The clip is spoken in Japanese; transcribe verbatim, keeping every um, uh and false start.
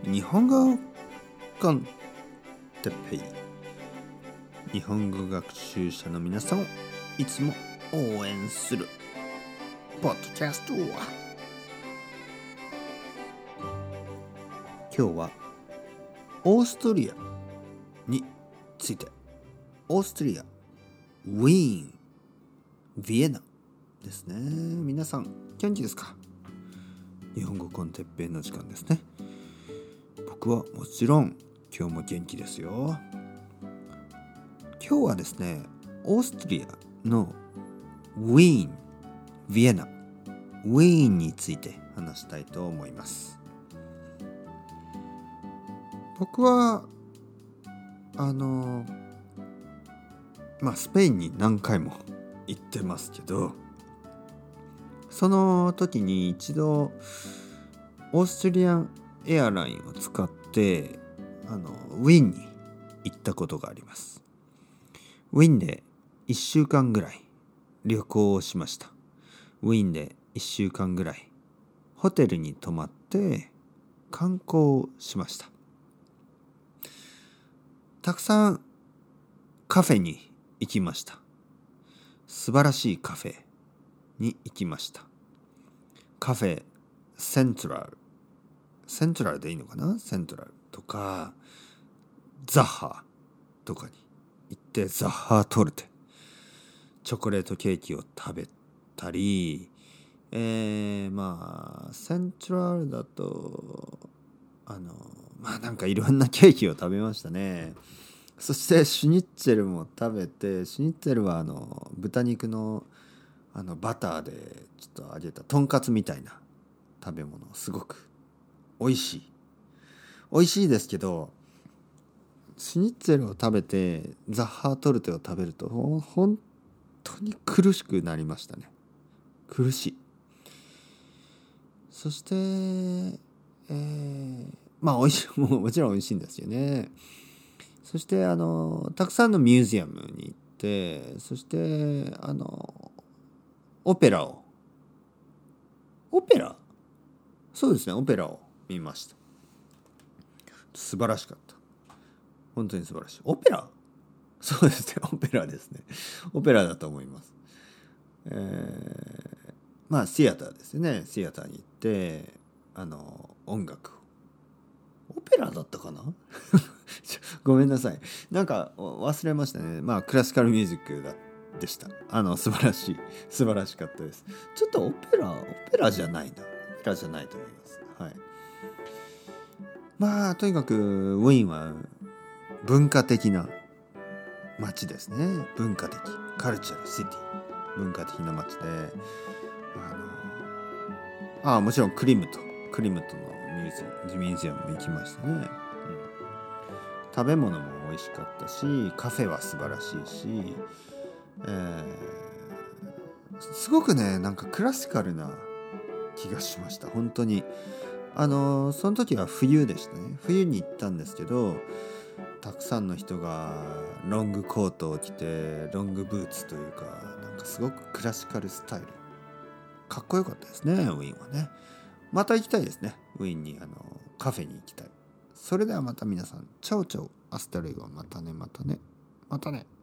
日本語コンテッペイ。日本語学習者の皆さんをいつも応援するポッドキャスト。今日はオーストリアについて。オーストリア、ウィーン、ビエナですね。皆さん元気ですか？日本語コンテッペイの時間ですね。僕はもちろん今日も元気ですよ。今日はですね、オーストリアのウィーン、ビエナ、ウィーンについて話したいと思います。僕はあのまあスペインに何回も行ってますけど、その時に一度オーストリアンエアラインを使ってあのウィーンに行ったことがあります。ウィーンでいっしゅうかんぐらい旅行をしました。ウィーンでいっしゅうかんぐらいホテルに泊まって観光しました。たくさんカフェに行きました。素晴らしいカフェに行きました。カフェセントラルセントラルでいいのかなセントラルとかザッハとかに行ってザッハトルテチョコレートケーキを食べたり、えー、まあセントラルだとあのまあなんかいろんなケーキを食べましたね。そしてシュニッツェルも食べて、シュニッツェルはあの豚肉のあのバターでちょっと揚げたとんかつみたいな食べ物、すごく美味しい美味しいですけど、シュニッツェルを食べてザッハートルテを食べるとほ本当に苦しくなりましたね。苦しい。そして、えー、まあ美味しい、もうもちろん美味しいんですよね。そしてあのたくさんのミュージアムに行って、そしてあのオペラをオペラそうですねオペラを見ました。素晴らしかった。本当に素晴らしい。オペラそうですねオペラですね。オペラだと思います。えー、まあシアターですね。シアターに行ってあの音楽をオペラだったかなごめんなさい。なんか忘れましたね。まあクラシカルミュージックだでした。あの素晴らしい素晴らしかったです。ちょっとオペラオペラじゃないな。オペラじゃないと思います。はい。まあとにかくウィーンは文化的な街ですね。文化的カルチャルシティ、文化的な街で、あのあもちろんクリムトクリムトのミュージミュージアムも行きましたね。うん、食べ物も美味しかったし、カフェは素晴らしいし、えー、すごくねなんかクラシカルな気がしました。本当にあのその時は冬でしたね。冬に行ったんですけど、たくさんの人がロングコートを着てロングブーツというか、なんかすごくクラシカルスタイル、かっこよかったですね。ウィーンはね、また行きたいですね。ウィーンにあのカフェに行きたい。それではまた皆さん、チャオチャオアスタレイゴ、またねまたねまたね。